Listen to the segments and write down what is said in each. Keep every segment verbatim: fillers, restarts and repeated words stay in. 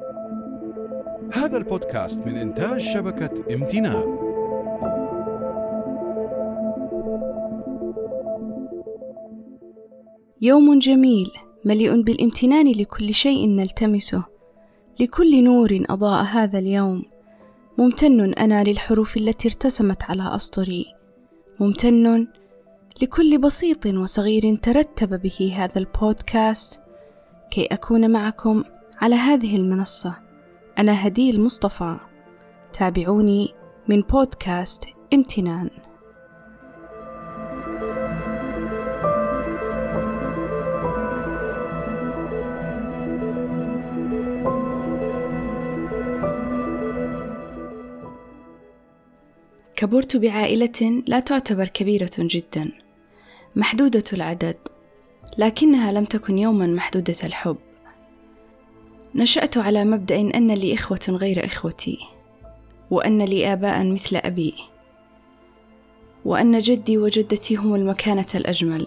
هذا البودكاست من إنتاج شبكة امتنان. يوم جميل مليء بالامتنان لكل شيء نلتمسه، لكل نور أضاء هذا اليوم. ممتن أنا للحروف التي ارتسمت على أسطري، ممتن لكل بسيط وصغير ترتب به هذا البودكاست كي أكون معكم على هذه المنصة. أنا هديل مصطفى، تابعوني من بودكاست امتنان. كبرت بعائلة لا تعتبر كبيرة جدا، محدودة العدد، لكنها لم تكن يوما محدودة الحب. نشأت على مبدأ أن لي إخوة غير إخوتي، وأن لي آباء مثل أبي، وأن جدي وجدتي هم المكانة الأجمل،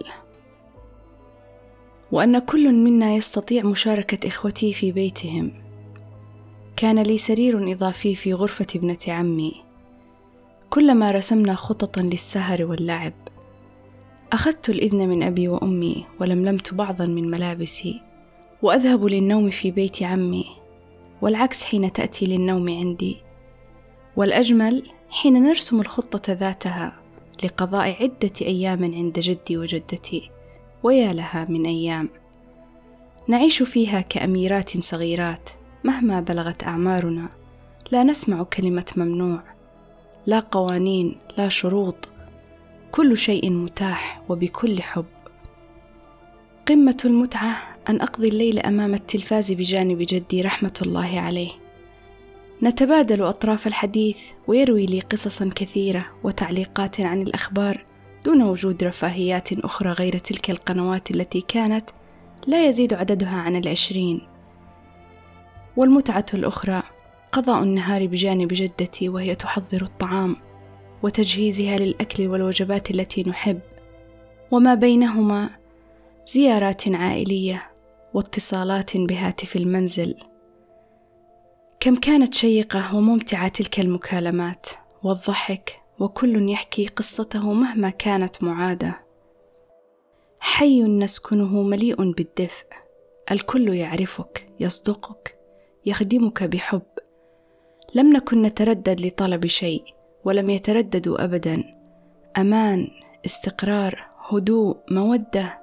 وأن كل منا يستطيع مشاركة إخوتي في بيتهم. كان لي سرير إضافي في غرفة ابنة عمي. كلما رسمنا خططا للسهر واللعب. أخذت الإذن من أبي وأمي ولملمت بعضا من ملابسي، وأذهب للنوم في بيت عمي، والعكس حين تأتي للنوم عندي. والأجمل حين نرسم الخطة ذاتها لقضاء عدة أيام عند جدي وجدتي، ويا لها من أيام نعيش فيها كأميرات صغيرات. مهما بلغت أعمارنا لا نسمع كلمة ممنوع، لا قوانين، لا شروط، كل شيء متاح وبكل حب. قمة المتعة أن أقضي الليل أمام التلفاز بجانب جدي رحمة الله عليه. نتبادل أطراف الحديث ويروي لي قصصا كثيرة وتعليقات عن الأخبار، دون وجود رفاهيات أخرى غير تلك القنوات التي كانت لا يزيد عددها عن العشرين. والمتعة الأخرى قضاء النهار بجانب جدتي وهي تحضر الطعام وتجهيزها للأكل والوجبات التي نحب، وما بينهما زيارات عائلية واتصالات بهاتف المنزل. كم كانت شيقة وممتعة تلك المكالمات والضحك، وكل يحكي قصته مهما كانت معادة. حي نسكنه مليء بالدفء، الكل يعرفك، يصدقك، يخدمك بحب. لم نكن نتردد لطلب شيء، ولم يترددوا أبدا. أمان، استقرار، هدوء، مودة.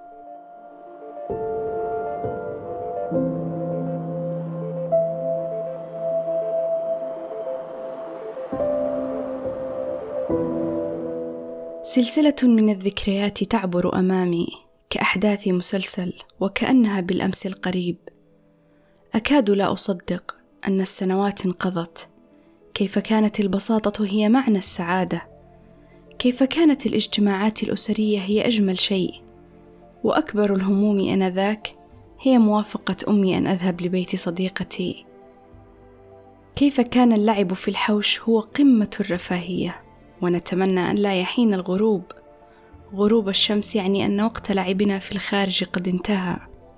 سلسلة من الذكريات تعبر أمامي كأحداث مسلسل، وكأنها بالأمس القريب. أكاد لا أصدق أن السنوات انقضت. كيف كانت البساطة هي معنى السعادة، كيف كانت الاجتماعات الأسرية هي أجمل شيء، وأكبر الهموم آنذاك هي موافقة أمي أن أذهب لبيت صديقتي. كيف كان اللعب في الحوش هو قمة الرفاهية، ونتمنى أن لا يحين الغروب. غروب الشمس يعني أن وقت لعبنا في الخارج قد انتهى،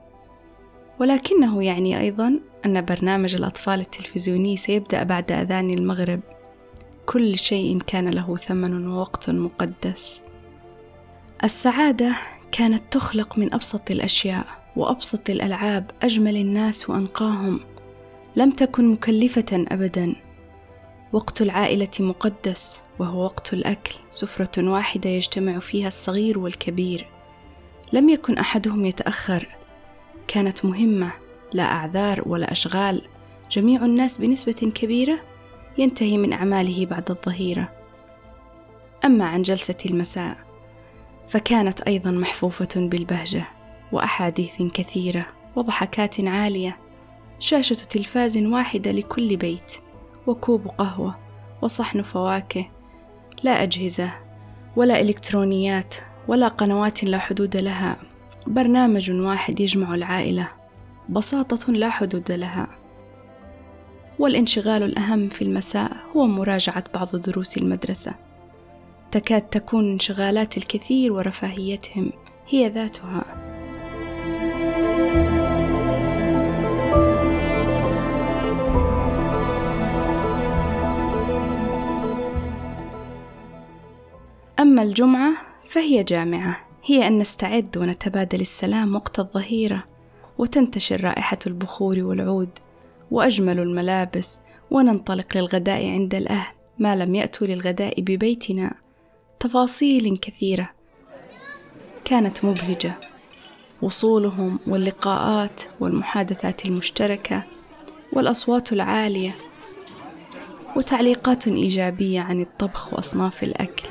ولكنه يعني أيضا أن برنامج الأطفال التلفزيوني سيبدأ بعد أذان المغرب. كل شيء كان له ثمن ووقت مقدس. السعادة كانت تخلق من أبسط الأشياء وأبسط الألعاب، أجمل الناس وأنقاهم. لم تكن مكلفة أبدا. وقت العائلة مقدس، وهو وقت الأكل، سفرة واحدة يجتمع فيها الصغير والكبير. لم يكن أحدهم يتأخر. كانت مهمة، لا أعذار ولا أشغال. جميع الناس بنسبة كبيرة ينتهي من أعماله بعد الظهيرة. أما عن جلسة المساء فكانت أيضا محفوفة بالبهجة، وأحاديث كثيرة وضحكات عالية. شاشة تلفاز واحدة لكل بيت، وكوب قهوة وصحن فواكه. لا أجهزة ولا إلكترونيات ولا قنوات لا حدود لها. برنامج واحد يجمع العائلة، بساطة لا حدود لها. والانشغال الأهم في المساء هو مراجعة بعض دروس المدرسة. تكاد تكون انشغالات الكثير ورفاهيتهم هي ذاتها. أما الجمعة فهي جامعة، هي أن نستعد ونتبادل السلام وقت الظهيرة، وتنتشر رائحة البخور والعود وأجمل الملابس، وننطلق للغداء عند الأهل ما لم يأتوا للغداء ببيتنا. تفاصيل كثيرة كانت مبهجة، وصولهم واللقاءات والمحادثات المشتركة والأصوات العالية وتعليقات إيجابية عن الطبخ وأصناف الأكل،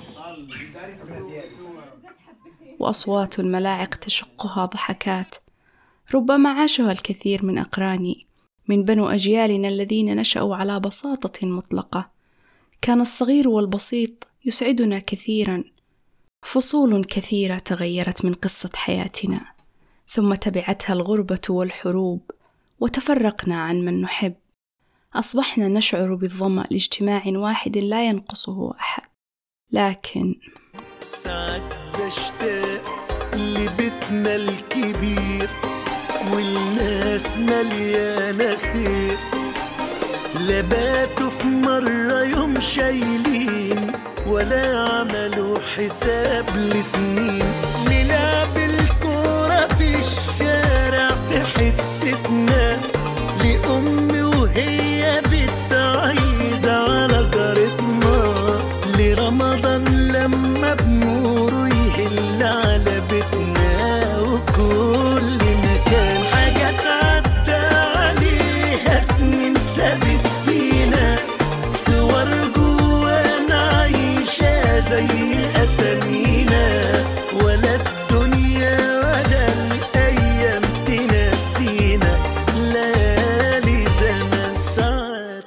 وأصوات الملاعق تشقها ضحكات ربما عاشها الكثير من أقراني من بنو أجيالنا الذين نشأوا على بساطة مطلقة. كان الصغير والبسيط يسعدنا كثيرا. فصول كثيرة تغيرت من قصة حياتنا، ثم تبعتها الغربة والحروب، وتفرقنا عن من نحب. أصبحنا نشعر بالظمأ لاجتماع واحد لا ينقصه أحد، لكن ساعات بشتاق لبيتنا الكبير والناس مليانة خير، لباتوا في مرة يوم شايلين ولا عملوا حساب لسنين. نلعب الكورة في الشارع في حتتنا، لأمي وهي بتعيد على جارتنا، لرمضان لما بنوره يهل على بيتنا، وكل مكان حاجات عدى عليها سنين سابت فينا، صور جوانا عايشة زي أسامينا، ولا الدنيا ولا الأيام تنسينا ليالي زمن ساعات.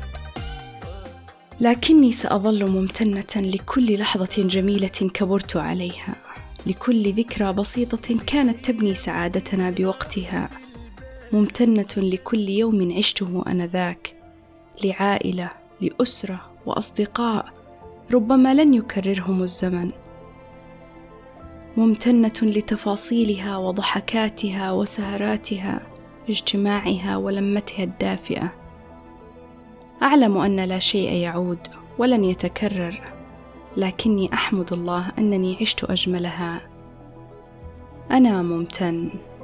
لكني سأظل ممتنة لكل لحظة جميلة كبرت عليها، لكل ذكرى بسيطة كانت تبني سعادتنا بوقتها، ممتنة لكل يوم عشته أنذاك، لعائلة، لأسرة وأصدقاء ربما لن يكررهم الزمن، ممتنة لتفاصيلها وضحكاتها وسهراتها، اجتماعها ولمتها الدافئة. أعلم أن لا شيء يعود ولن يتكرر، لكني أحمد الله أنني عشت أجملها. أنا ممتن.